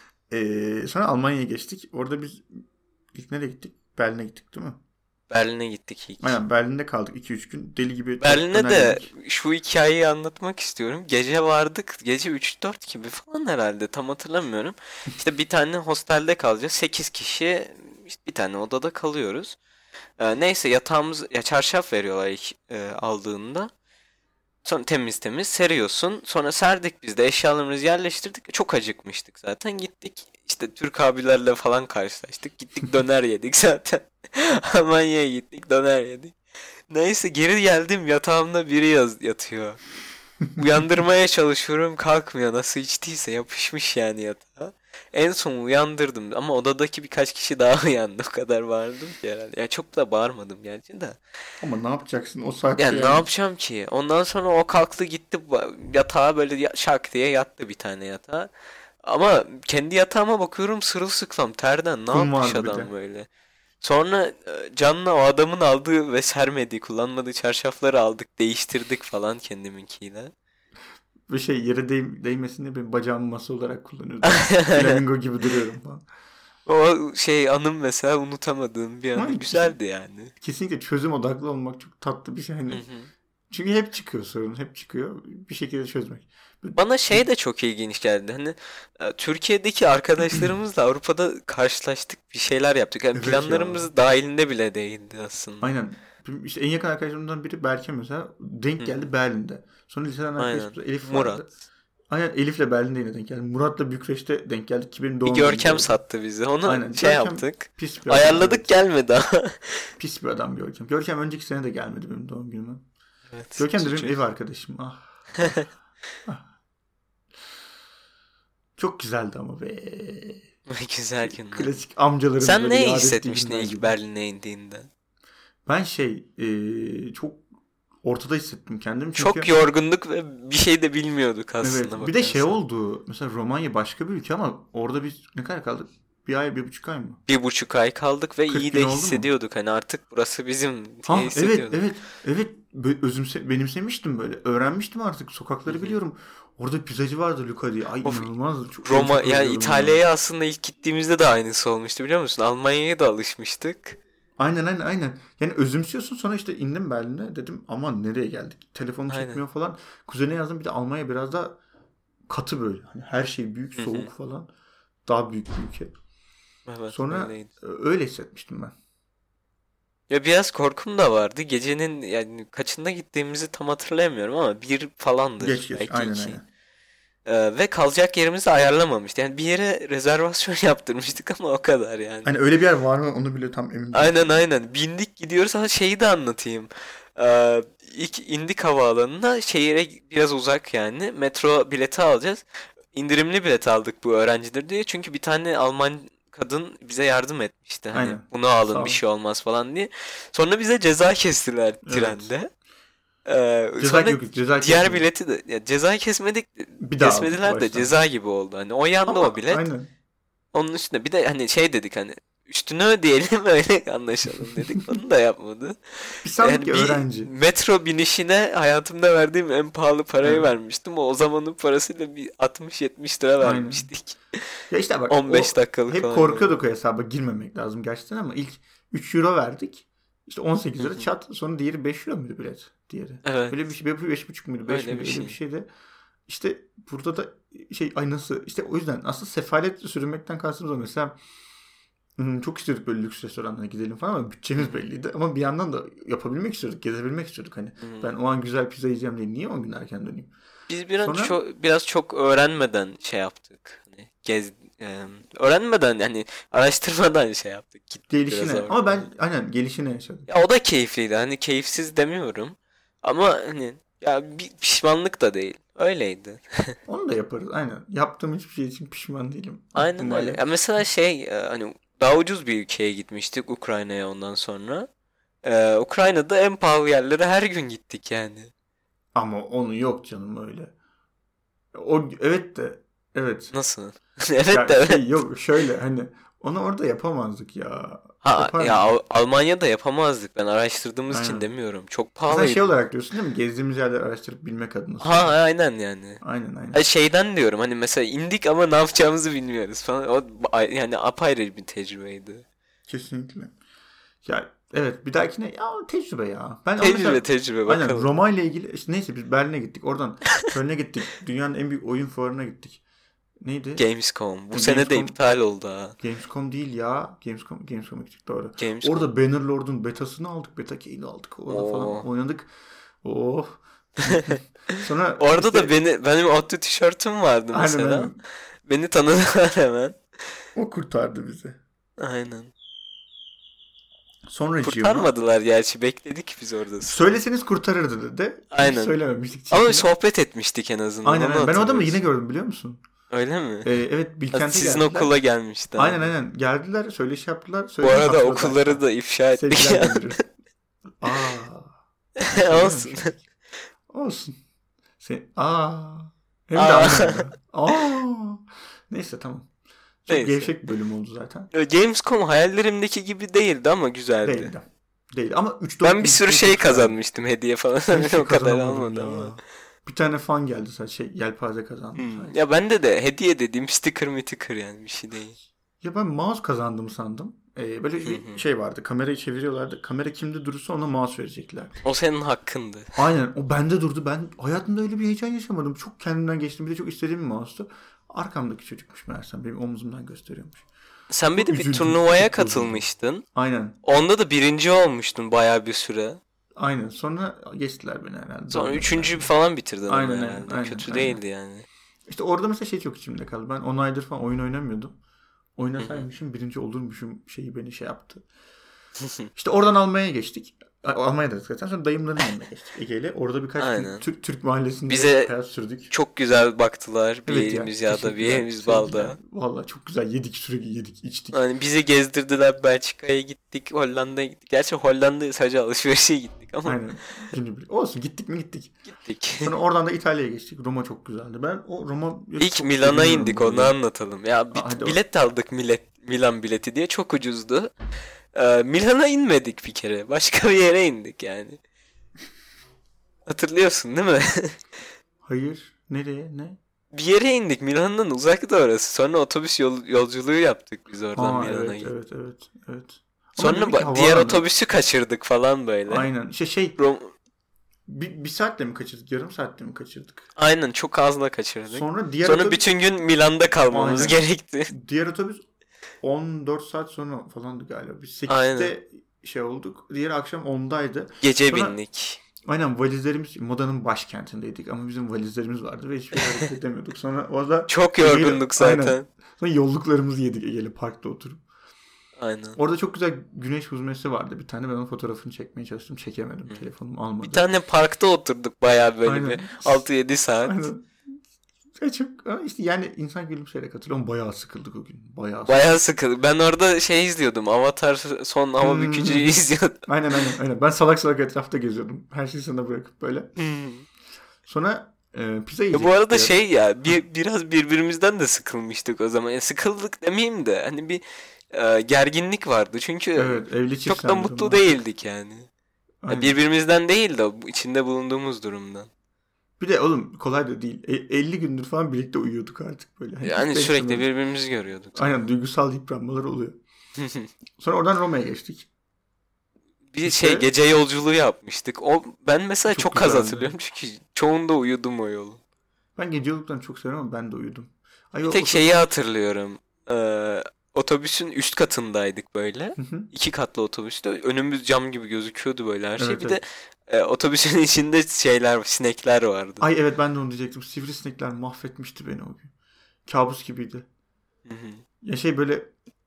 Sonra Almanya'ya geçtik. Orada biz ilk nereye gittik? Berlin'e gittik değil mi? Berlin'e gittik ilk. Aynen, Berlin'de kaldık 2-3 gün. Deli gibi tavuk Berlin'e döner de yedik. şu hikayeyi anlatmak istiyorum. Gece vardık. Gece 3-4 gibi falan herhalde. Tam hatırlamıyorum. İşte bir tane hostelde kalacağız. 8 kişi işte bir tane odada kalıyoruz. Neyse yatağımız ya çarşaf veriyorlar ilk aldığında. Sonra temiz temiz seriyorsun. Sonra serdik biz de eşyalarımızı yerleştirdik. Çok acıkmıştık zaten. Gittik işte Türk abilerle falan karşılaştık. Gittik döner yedik zaten. Almanya'ya gittik döner yedik. Neyse geri geldim yatağımda biri yatıyor. Uyandırmaya çalışıyorum kalkmıyor. Nasıl içtiyse yapışmış yani yatağa. En son uyandırdım ama odadaki birkaç kişi daha uyandı. O kadar bağırdım ki herhalde. Ya çok da bağırmadım gerçi de. Ama ne yapacaksın o saatte Yani ne yani? yapacağım ki? Ondan sonra o kalktı gitti yatağa böyle şak diye yattı bir tane yatağa. Ama kendi yatağıma bakıyorum sırılsıklam terden ne Kum yapmış vardı bir adam de. böyle. Sonra Can'la o adamın aldığı ve sermediği kullanmadığı çarşafları aldık değiştirdik falan kendiminkiyle. Ve şey, yere değmesin diye benim bacağımı masa olarak kullanıyordum. Flamingo gibi duruyorum falan. O şey anım mesela unutamadığım bir anı. Ama işte Güzeldi yani. kesinlikle çözüm odaklı olmak çok tatlı bir şey. Hı Hani hı. çünkü hep çıkıyor sorun. Hep çıkıyor. Bir şekilde çözmek. Bana şey de çok ilginç geldi. Hani Türkiye'deki arkadaşlarımızla Avrupa'da karşılaştık, bir şeyler yaptık. Yani Evet ya. planlarımız dahilinde bile değildi aslında. Aynen. İşte en yakın arkadaşlarımdan biri Berke mesela. Hı Denk geldi hı. Berlin'de. Sonra liseden Aynen. arkadaşımız Elif vardı. Murat. Aynen, Elif'le Berlin'de yine denk geldi. Murat'la Bükreş'te denk geldik ki benim Bir doğum günümde Görkem oldu. sattı bizi. Onu Aynen. şey Görkem yaptık. pis bir adam, Ayarladık evet. gelmedi ama. Pis bir adam Görkem. Görkem önceki sene de gelmedi benim doğum günüme. Evet, Görkem de benim üzücü. ev arkadaşım. Ah, ah, ah. Çok güzeldi ama be. Güzel günler. Klasik amcaların Sen böyle ne yad ettiği hissetmiştin günler ilk gibi. Berlin'e indiğinde? Ben çok ortada hissettim kendimi. Çünkü Çok yorgunduk ve bir şey de bilmiyorduk aslında. evet, bir de şey oldu. Mesela Romanya başka bir ülke ama orada biz ne kadar kaldık? Bir ay, 1,5 ay mı? 1,5 ay kaldık ve 40 iyi gün de oldu mu? hissediyorduk. Hani artık burası bizim diye Ha evet hissediyorduk. evet evet. Benimsemiştim böyle. Öğrenmiştim artık. Sokakları biliyorum. Orada pizzacı vardı Luca diye. Ay Of, inanılmaz. Çok, Roma çok yani özlüyorum ya. İtalya'ya aslında ilk gittiğimizde de aynısı olmuştu biliyor musun? Almanya'ya da alışmıştık. Aynen. Yani özümsüyorsun, sonra işte indim Berlin'e, dedim aman nereye geldik? Telefonu Aynen. çekmiyor falan. Kuzene yazdım, bir de Almanya biraz da katı böyle. Hani her şey büyük, Hı hı. soğuk falan. Daha büyük bir ülke. Evet Sonra öyleydi. öyle hissetmiştim ben. Ya biraz korkum da vardı. Gecenin yani kaçında gittiğimizi tam hatırlayamıyorum ama bir falandır. Geç. Belki iki. Aynen. Ve kalacak yerimizi ayarlamamıştık. Yani bir yere rezervasyon yaptırmıştık ama o kadar yani. Hani öyle bir yer var mı onu bile tam emin değilim. Aynen. Bindik gidiyoruz ama şeyi de anlatayım. İlk indik havaalanına, şehire biraz uzak yani. Metro bileti alacağız. İndirimli bilet aldık bu öğrenciler diye. Çünkü bir tane Alman kadın bize yardım etmişti. Hani Aynen. bunu alın Sağ bir ol. şey olmaz falan diye. Sonra bize ceza kestiler Evet. trende. Ceza Sonra yok. Ceza diğer kesmedi. bileti de ya ceza Bir daha aldık kesmediler de baştan. ceza gibi oldu. Hani o yandı o Ama bilet. aynen. Onun üstüne bir de hani şey dedik hani üstüne ödeyelim öyle anlaşalım dedik. Onu da yapmadı. Bir sandık ki Yani bir öğrenci. metro binişine hayatımda verdiğim en pahalı parayı Evet. vermiştim. O zamanın parasıyla bir 60-70 lira Aynen. vermiştik. Ya işte bak, 15 dakikalık hep falan yolu. korkuyorduk o hesaba girmemek lazım gerçekten, ama ilk 3 euro verdik. İşte 18 Hı lira hı. çat, sonra diğeri 5 euro muydu bilet diğeri? Evet, Öyle bir şey, 5,5 muydu, 5 öyle bir miydi, öyle bir şey. şeydi. İşte burada da şey, ay nasıl, işte o yüzden aslında sefalet sürünmekten kastımız o. Mesela çok istiyorduk böyle lüks restoranlara gidelim falan ama Hı bütçemiz hı. belliydi. Ama bir yandan da yapabilmek istiyorduk, gezebilmek istiyorduk hani. Ben Hı. o an güzel pizza yiyeceğim diye niye 10 gün erken döneyim? Biz Sonra biraz çok öğrenmeden şey yaptık. Hani öğrenmeden yani araştırmadan şey yaptık. Gittik biraz gelişine, ama orada. ben aynen gelişine yaşadım. Ya o da keyifliydi. Hani keyifsiz demiyorum. Ama hani ya bir pişmanlık da değil. Öyleydi. Onu da yaparız. Aynen. Yaptığım hiçbir şey için pişman değilim. Aynen Aklım öyle. hala. Ya mesela hani daha ucuz bir ülkeye gitmiştik Ukrayna'ya ondan sonra. Ukrayna'da en pahalı yerlere her gün gittik yani. Ama onu yok canım öyle. O evet de, evet. Nasıl? Evet Ya de şey evet. yok, şöyle hani onu orada yapamazdık ya. Ha Yapar ya mıyız? Almanya'da yapamazdık. Ben araştırdığımız için Aynen. demiyorum. Çok Sen şey pahalıydı. olarak diyorsun değil mi? Gezdiğimiz yerleri araştırıp bilmek adına Ha söylüyorsun. aynen yani. Aynen. Ha, şeyden diyorum hani mesela indik ama ne yapacağımızı bilmiyoruz falan. Yani apayrı bir tecrübeydi. Kesinlikle. Ya evet, bir dahakine ya tecrübe ya. Ben ama Tecrübe mesela tecrübe aynen bakalım. Roma ile ilgili işte, neyse biz Berlin'e gittik. Oradan Köln'e gittik. Dünyanın en büyük oyun fuarına gittik. Neydi? Gamescom. Bu sene de Gamescom. iptal oldu ha. Gamescom değil ya. Gamescom'a gittik, doğru. Gamescom. Orada Bannerlord'un betasını aldık. Beta key'ini aldık. Orada Oo. falan oynadık. Oh. Sonra Orada da işte benim Ottu tişörtüm vardı mesela. aynen. Beni tanıdılar hemen. O kurtardı bizi. Aynen. Sonracığıma Kurtarmadılar gerçi. Bekledik biz orada sıra. söyleseniz kurtarırdı dedi. Çünkü Aynen. söylememiştik, Ama çekingen. sohbet etmiştik en azından. Onu Aynen. Ben o adamı yine hatırlıyorsun. gördüm, biliyor musun? Öyle mi? Evet, Ha, Bilkent'e sizin geldiler. okula gelmişti aynen. Aynen. Geldiler, söyleşi yaptılar. Bu Söyledim, arada hatırladı okulları hatta. da ifşa ettik Sevgiler ya. gönderiyorum. Aa. Bunu Olsun. söylememiştik. Olsun. Hem de Aa. aynı anda. Neyse, tamam. Çok Neyse. gevşek bir bölüm oldu zaten. Gamescom hayallerimdeki gibi değildi ama güzeldi. Değil. Değil. Ama 3-4 Ben bir gün sürü gitmeyi şey çok isterdim. kazanmıştım hediye falan. Ben hiçbir şey O kadar kazanamadım almadı ya. ama. Bir tane fan geldi sadece. Yelpaze kazandım sadece. Ya bende de hediye dediğim sticker mitikır yani bir şey değil. Ya ben mouse kazandım sandım. Böyle Hı hı. şey vardı. Kamerayı çeviriyorlardı. Kamera kimde durursa ona mouse verecekler. O senin hakkındı. Aynen. O bende durdu. Ben hayatımda öyle bir heyecan yaşamadım. Çok kendimden geçtim. Bir de çok istediğim bir mouse'tu. Arkamdaki çocukmuş meğersem. Benim omzumdan gösteriyormuş. Sen bir Çok de bir üzüldüm. turnuvaya Çok üzüldüm. katılmıştın. Aynen. Onda da birinci olmuştun bayağı bir süre. Aynen. Sonra geçtiler beni herhalde. Sonra Dönmediler üçüncü beni. falan bitirdin ama Aynen. herhalde. Kötü Aynen. değildi yani. İşte orada mesela şey çok içimde kaldı. Ben 10 aydır falan oyun oynamıyordum. Hı hı. Oynasaymışım birinci olurmuşum şeyi beni şey yaptı. İşte oradan Almanya'ya geçtik. Almanya'da zaten, sonra dayımların yanına geçtik Ege'yle. Orada birkaç gün Aynen. Türk mahallesinde Bize hayat sürdük. çok güzel baktılar. Bir Evet ya, elimiz yağda, bir teşekkürler. elimiz Sevgiler. balda. Vallahi çok güzel yedik, sürekli yedik, içtik. Hani bizi gezdirdiler. Belçika'ya gittik, Hollanda'ya gittik. Gerçi Hollanda'ya sadece alışverişe gittik ama Aynen. Günübirlik. Olsun, gittik mi gittik. gittik. Sonra oradan da İtalya'ya geçtik. Roma çok güzeldi. Ben o Roma İlk çok Milan'a seviniyorum indik, bu onu arada. anlatalım. Ya Hadi o. bilet aldık, Milan bileti diye, çok ucuzdu. Milan'a inmedik bir kere. Başka bir yere indik yani. Hatırlıyorsun değil mi? Hayır. Nereye? Ne? Bir yere indik. Milan'dan uzakta orası. Sonra otobüs yolculuğu yaptık biz oradan Ha, Milan'a evet, gittik. evet, evet, evet. Ama Sonra demek ki diğer havaalanı. otobüsü kaçırdık falan böyle. Aynen. Rom Bir saatle mi kaçırdık? Yarım saatte mi kaçırdık? Aynen, çok az da kaçırdık. Sonra diğer Sonra otobüs. bütün gün Milan'da kalmamız Aynen. gerekti. Diğer otobüs 14 saat sonra falandı galiba. Biz Aynen. 8'de şey olduk. Diğer akşam 10'daydı. Gece Sonra bindik. aynen valizlerimiz, modanın başkentindeydik ama bizim valizlerimiz vardı ve hiçbir yere hareket edemiyorduk. Sonra orada Çok Ege'yle, yorgunduk aynen. zaten. Sonra yolluklarımızı yedik Ege'yle parkta oturup. Aynen. Orada çok güzel güneş huzmesi vardı bir tane. Ben onun fotoğrafını çekmeye çalıştım. Çekemedim. Telefonum almadı. Bir tane parkta oturduk bayağı böyle Aynen. bir 6-7 saat. Aynen. Çok işte yani insan gülümseyerek hatırlıyor ama bayağı sıkıldık o gün. Bayağı Bayağı sıkıldı. Ben orada şey izliyordum. Avatar son hava bükücüyü izliyordum. Aynen. Ben salak salak etrafta geziyordum. Her şeyi sana bırakıp böyle. Sonra pizza Ya bu yiyecektik. arada bir ara. şey ya, biraz birbirimizden de sıkılmıştık o zaman. Ya sıkıldık demeyeyim de hani bir gerginlik vardı. Çünkü Evet, evli çift çok da mutlu sendromu. değildik yani. Ya Aynen. birbirimizden değil de bu içinde bulunduğumuz durumdan. Bir de oğlum kolay da değil. 50 gündür falan birlikte uyuyorduk artık böyle. Hani Yani ister sürekli istemez. birbirimizi görüyorduk. Aynen, duygusal yıpranmalar oluyor. Sonra oradan Roma'ya geçtik. Bir İşte gece yolculuğu yapmıştık. Ben mesela çok çok az güzeldi. hatırlıyorum çünkü çoğunda uyudum o yolun. Ben gece yolculuklarını çok seviyorum ama ben de uyudum. Ay, Bir tek şeyi hatırlıyorum. Otobüsün üst katındaydık böyle. Hı hı. 2 katlı otobüste. Önümüz cam gibi gözüküyordu böyle her şey. Evet, Bir de evet. otobüsün içinde sinekler vardı. Ay evet, ben de onu diyecektim. Sivrisinekler mahvetmişti beni o gün. Kabus gibiydi. Hı hı. Ya şey böyle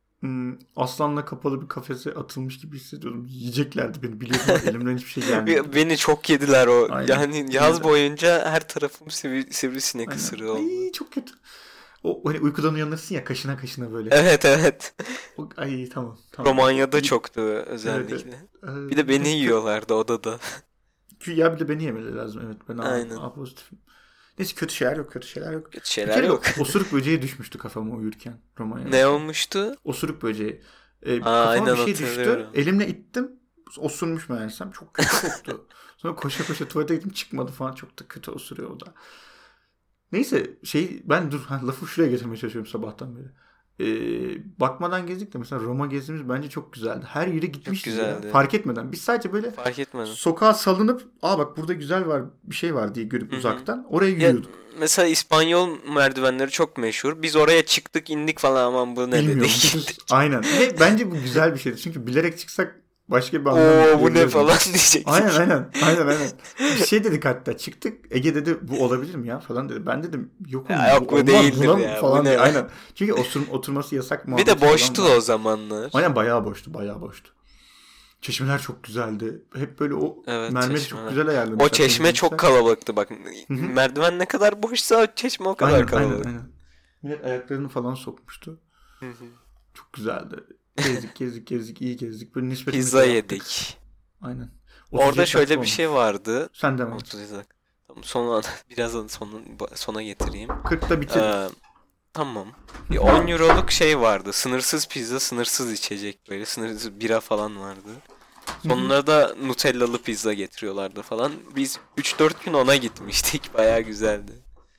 aslanla kapalı bir kafese atılmış gibi hissediyordum. Yiyeceklerdi beni, biliyordum ama elimden hiçbir şey gelmiyordu. Beni çok yediler o. Aynen. Yani yaz boyunca her tarafım sivrisinek Aynen. ısırığı oldu. Ay çok kötü. O hani uykudan uyanırsın ya, kaşına kaşına böyle. Evet. Ay tamam. Romanya'da çoktu özellikle. Evet. Bir de beni yiyorlardı odada. Ya bir de beni yemeleri lazım. Evet, ben Aynen. A pozitifim. Neyse, kötü şeyler yok. Kötü Bir şeyler kere yok. osuruk böceği düşmüştü kafama uyurken Romanya'da. Ne olmuştu? Osuruk böceği. Aa, Kafama aynen bir şey düştü. hatırlıyorum. Elimle ittim. Osurmuş meğersem. Çok kötü koktu. Sonra koşa koşa tuvalete gittim, çıkmadı falan. Çok da kötü osuruyor o da. Neyse ben lafı şuraya getirmeye çalışıyorum sabahtan beri. Bakmadan gezdik de mesela Roma gezimiz bence çok güzeldi. Her yere gitmişiz ya. güzeldi. Fark etmeden. Biz sadece böyle Fark etmedim. sokağa salınıp bak burada güzel var, bir şey var diye görüp Hı hı. uzaktan oraya Ya, yürüyorduk. mesela İspanyol merdivenleri çok meşhur. Biz oraya çıktık indik falan, aman bu ne Bilmiyorum. dedik. Aynen. Ve bence bu güzel bir şeydi. Çünkü bilerek çıksak başka bir anlam Oo bu ne yükleyebilirdik. falan diyecektik. Aynen. Bir şey dedik hatta. Çıktık. Ege dedi bu olabilir mi ya falan dedi. Ben dedim yok oğlum, Ya yok, bu olmaz, değildir buna ya, falan bu ne? diye. Aynen. Çünkü oturması yasak Bir muhabbeti de boştu falan var. o zamanlar. Aynen, bayağı boştu. Çeşmeler çok güzeldi. Hep böyle o Evet, mermeri çeşmeler. çok güzel ayarlamışlar. O çeşme çok temizlemişler. kalabalıktı bak. Hı hı. Merdiven ne kadar boşsa o çeşme o kadar Aynen. kalabalık. Millet ayaklarını falan sokmuştu. Hı hı. Çok güzeldi. Gezdik, iyi gezdik. Böyle nispetimizi Pizza yaptık. yedik. Aynen. Orada 37 şöyle dakika bir şey olmuş. vardı. Sen devam. 37 dakika. Tamam, birazdan sona getireyim. 40'ta bitirdik. Tamam. Bir 10 euroluk şey vardı. Sınırsız pizza, sınırsız içecek böyle. Sınırsız bira falan vardı. Sonlara da Nutellalı pizza getiriyorlardı falan. Biz 3-4 gün ona gitmiştik. Bayağı güzeldi.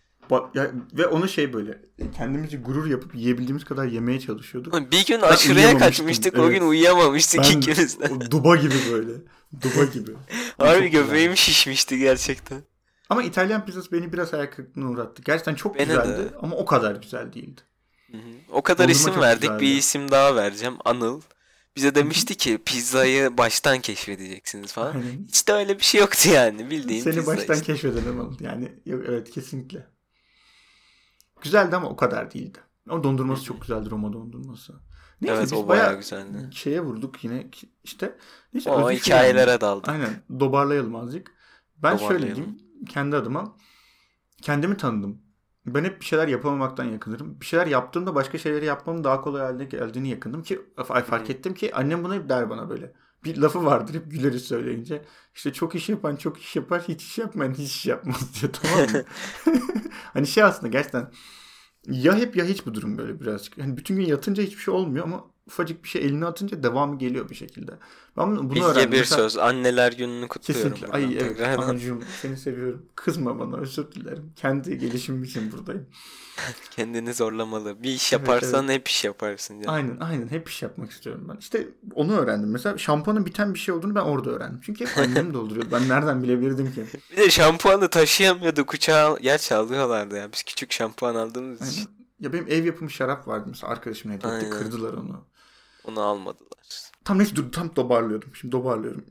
Ve onu böyle kendimizi gurur yapıp yiyebildiğimiz kadar yemeye çalışıyorduk. Bir gün Ben aşırıya uyuyamamıştım, kaçmıştık. O evet. gün uyuyamamıştık Ben ikimiz de. o duba gibi böyle. Duba gibi. Harbi Çok göbeğim güzeldi. şişmişti gerçekten. Ama İtalyan pizzası beni biraz hayal kırıklığına uğrattı. Gerçekten çok Beni güzeldi de. ama o kadar güzel değildi. Hı hı. O kadar Dondurma isim çok verdik. güzeldi. Bir isim daha vereceğim. Anıl. Bize demişti ki pizzayı baştan keşfedeceksiniz falan. Aynen. Hiç de öyle bir şey yoktu yani. Bildiğin Seni pizza baştan işte. keşfedelim Anıl. Yani yok, evet, kesinlikle. Güzeldi ama o kadar değildi. Ama dondurması çok güzeldi, Roma dondurması. Neyse, Evet, biz o bayağı bayağı güzeldi. şeye vurduk yine işte. Neyse, O özü şu hikayelere yani. daldık. Aynen, dobarlayalım azıcık. Ben şöyle Dobarlayalım. diyeyim, kendi adıma kendimi tanıdım. Ben hep bir şeyler yapamamaktan yakınırım. Bir şeyler yaptığımda başka şeyleri yapmamın daha kolay haline geldiğini yakındım ki fark ettim ki annem bunu hep der bana böyle. bir lafı vardır hep güleriz söyleyince. İşte çok iş yapan çok iş yapar, hiç iş yapmayan hiç iş yapmaz diyor, tamam mı? Hani şey aslında gerçekten ya hep ya hiç bu durum böyle birazcık. Hani bütün gün yatınca hiçbir şey olmuyor ama ufacık bir şey eline atınca devamı geliyor bir şekilde. Ben bunu Bilge öğrendim. bir Mesela söz. Anneler gününü kutluyorum kesinlikle. buradan Ay evet tekrardan. anacığım seni seviyorum. Kızma bana, özür dilerim. Kendi gelişimim için buradayım. Kendini zorlamalı. Bir iş Evet yaparsan evet. hep iş yaparsın canım. Aynen hep iş yapmak istiyorum ben. İşte onu öğrendim. Mesela şampuanın biten bir şey olduğunu ben orada öğrendim. Çünkü hep annem dolduruyordu. Ben nereden bilebilirdim ki? Bir de şampuanı taşıyamıyorduk uçağa. Gerçi alıyorlardı ya. Biz küçük şampuan aldığımız Aynen. için. Ya benim ev yapımı şarap vardı mesela, arkadaşımın hediye etti. Aynen. Kırdılar onu. Onu almadılar. Tam neyse dur, tam toparlıyordum. Şimdi toparlıyorum.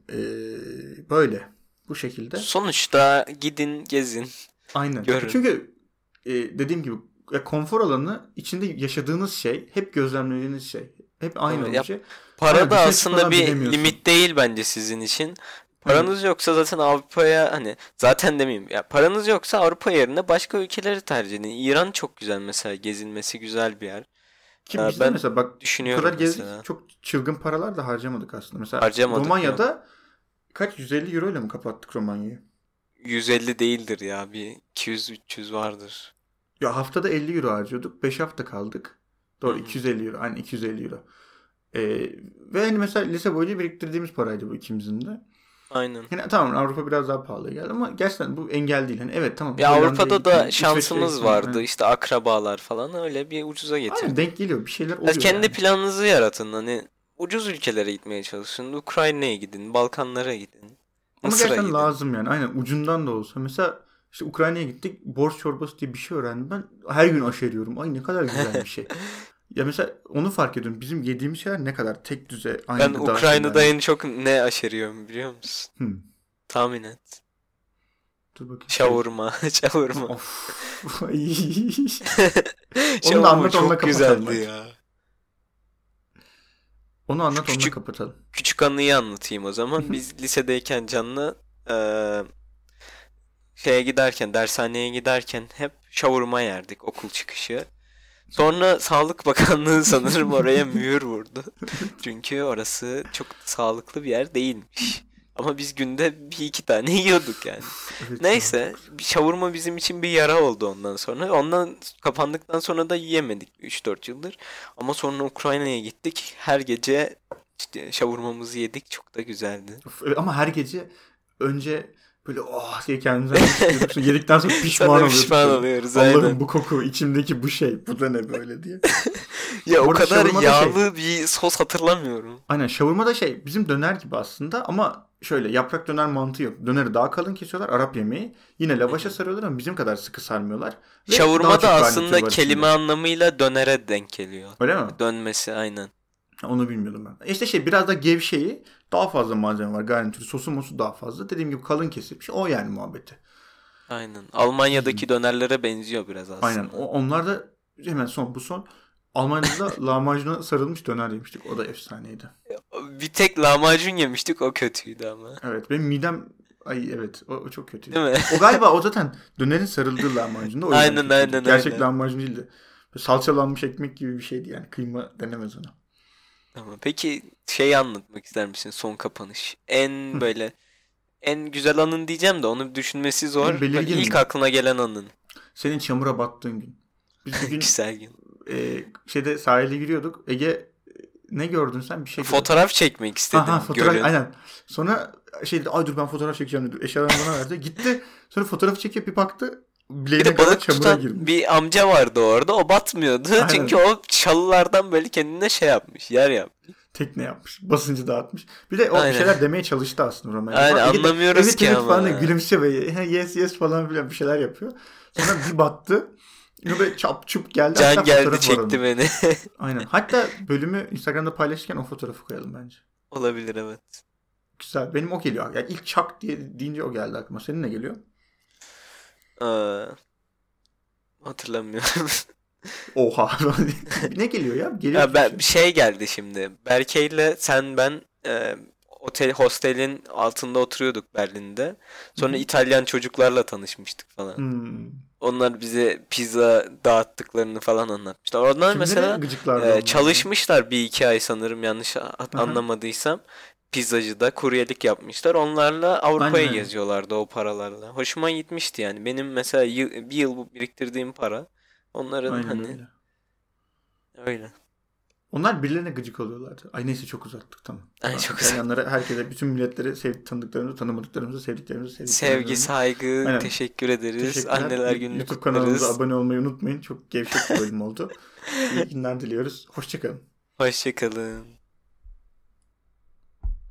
Böyle. Bu şekilde. Sonuçta gidin gezin. Aynen. Görün. Çünkü dediğim gibi konfor alanı içinde yaşadığınız şey, hep gözlemlediğiniz şey. Hep aynı Evet, olan şey. para Aynen, da dışarı aslında çıkmadan bir bilemiyorsun. limit değil bence sizin için. Evet. Paranız yoksa zaten Avrupa'ya hani zaten demeyeyim ya paranız yoksa Avrupa yerine başka ülkeleri tercih edin. İran çok güzel mesela gezilmesi güzel bir yer. Ki biz de Ben mesela bak bu kadar düşünüyorum gezdik, mesela. çok çılgın paralar da harcamadık aslında. Mesela Harcamadık yok. Romanya'da kaç, 150 euro ile mi kapattık Romanya'yı? 150 değildir ya bir 200-300 vardır. Ya haftada 50 euro harcıyorduk. 5 hafta kaldık. Hı Doğru, hı. 250 euro. Aynen 250 euro. Ee, ve hani mesela lise boyunca biriktirdiğimiz paraydı bu ikimizin de. Aynen. Yine tamam Avrupa biraz daha pahalı geldi ama gerçekten bu engel değil. Hani evet tamam Ya Hollanda'ya Avrupa'da da gittin, İsveç'e şansımız gittin. vardı Aynen. işte akrabalar falan öyle bir ucuza Aynen getirdik. denk geliyor. Bir şeyler Ya oluyor kendi yani. planınızı yaratın hani ucuz ülkelere gitmeye çalışın. Ukrayna'ya gidin, Balkanlara gidin, Ama Mısır'a gerçekten gidin. lazım yani. Aynen ucundan da olsa. Mesela işte Ukrayna'ya gittik. Borç çorbası diye bir şey öğrendim. Ben her gün aşeriyorum. Ay ne kadar güzel bir şey. Ya mesela onu fark ediyorum. Bizim yediğimiz şeyler ne kadar tek düze aynı Ben gıda Ukrayna'da şeylerle. en çok ne aşeriyorum biliyor musun? Hmm. Tahmin et. Dur bakayım şey. Şavurma, şavurma. Of. Ay. Onu da Şavurma anlat, onunla çok kapatalım güzeldi hadi. ya. Onu Şu anlat, onunla küçük kapatalım. küçük anıyı anlatayım o zaman. Biz lisedeyken Can'la eee, şeye giderken, dershaneye giderken hep şavurma yerdik okul çıkışı. Sonra Sağlık Bakanlığı sanırım oraya mühür vurdu. Çünkü orası çok sağlıklı bir yer değilmiş. Ama biz günde bir iki tane yiyorduk yani. Evet ya Neyse, çok. bir şavurma bizim için bir yara oldu ondan sonra. Ondan kapandıktan sonra da yiyemedik 3-4 yıldır. Ama sonra Ukrayna'ya gittik. Her gece işte şavurmamızı yedik. Çok da güzeldi. Of, evet, ama her gece önce böyle oh diye kendimize yemek sonra yedikten sonra pişman Sonra oluyorduk pişman böyle. oluyoruz Allah'ım aynen. bu koku, içimdeki bu şey, bu da ne böyle diye. Ya Bu o arada kadar şavurma da şey. yağlı bir sos hatırlamıyorum. Aynen şavurma da şey bizim döner gibi aslında ama şöyle yaprak döner mantığı yok. Döneri daha kalın kesiyorlar, Arap yemeği. Yine Hı lavaşa hı. sarıyorlar ama bizim kadar sıkı sarmıyorlar. Ve daha Şavurma da çok garnitür aslında var kelime içinde. anlamıyla dönere denk geliyor. Öyle mi? Dönmesi aynen. Onu bilmiyordum ben. İşte şey biraz da gevşeyi, daha fazla malzeme var. Garnitürü, sosu mosu daha fazla. Dediğim gibi kalın kesilmiş. O yani muhabbeti. Aynen. İyiyim. Almanya'daki dönerlere benziyor biraz Aynen. aslında. Onlar da hemen son. Almanya'da da lahmacuna sarılmış döner yemiştik. O da efsaneydi. Bir tek lahmacun yemiştik o kötüydü ama. Evet benim midem, ay evet o çok kötüydü. Değil mi? O galiba o zaten dönerin sarıldığı lahmacundu. O yüzden Aynen kötüydü. aynen Gerçek aynen. lahmacun değildi. Böyle salçalanmış ekmek gibi bir şeydi yani. Kıyma denemez ona. Tamam. Peki şeyi anlatmak ister misin son kapanış? En Hı. böyle en güzel anın diyeceğim de onu düşünmesi En zor. Böyle belirgin ilk mi? aklına gelen anın. Senin çamura battığın gün. Biz bir gün Güzel gün. şeyde sahile giriyorduk. Ege ne gördün sen? Bir şey gördün. Fotoğraf çekmek Ha istedim fotoğraf gölün. aynen. Sonra şey dedi ay dur ben fotoğraf çekeceğim dedi. Eşyalarını bana verdi. Gitti. Sonra fotoğrafı çekip bir baktı. Bir Bileğine de kadar balık çamura tutan girmiş. bir amca vardı orada. O batmıyordu. Çünkü Aynen. o çalılardan böyle kendine şey yapmış. Yer yapmış. Tekne yapmış. Basıncı dağıtmış. Bir de o bir Aynen. şeyler demeye çalıştı aslında Romanya. Aynen Falan. Ege de anlamıyoruz evet ki evet falan da ama. gülümse ve yes yes falan filan bir şeyler yapıyor. Sonra bir battı. Yine böyle çap çup geldi. Hatta Can geldi fotoğraf var çekti onun. beni. Aynen. Hatta bölümü Instagram'da paylaşırken o fotoğrafı koyalım bence. Olabilir evet. Güzel. Benim o geliyor. Yani ilk çak diye deyince o geldi aklıma. Senin ne geliyor? Aa, hatırlamıyorum. Oha. Ne geliyor ya? Geliyor Ya ki bir ben şey. bir şey geldi şimdi. Berke'yle sen ben hostelin altında oturuyorduk Berlin'de. Hı Sonra hı. İtalyan çocuklarla tanışmıştık falan. Hmm. Onlar bize pizza dağıttıklarını falan anlatmışlar. Onlar Kimlere mesela gıcıklardı onlar ya? çalışmışlar bir iki ay sanırım yanlış Aha. anlamadıysam. pizzacıda kuryelik yapmışlar. Onlarla Avrupa'ya Aynen öyle. geziyorlardı o paralarla. Hoşuma gitmişti yani. Benim mesela bir yıl bu biriktirdiğim para. Onların Aynen hani öyle. öyle. Onlar birilerine gıcık oluyorlardı. Ay neyse çok uzattık tamam. Ay çok güzel. İtalyanlara, herkese, bütün milletlere tanıdıklarımızı, tanımadıklarımızı, sevdiklerimizi, Sevgi, sevdiklerimizi. saygı, Aynen. teşekkür ederiz. Teşekkürler. Anneler gününü YouTube kanalımıza kutlarız. abone olmayı unutmayın. Çok gevşek bir bölüm oldu. İyi günler diliyoruz. Hoşça kalın. Hoşça kalın.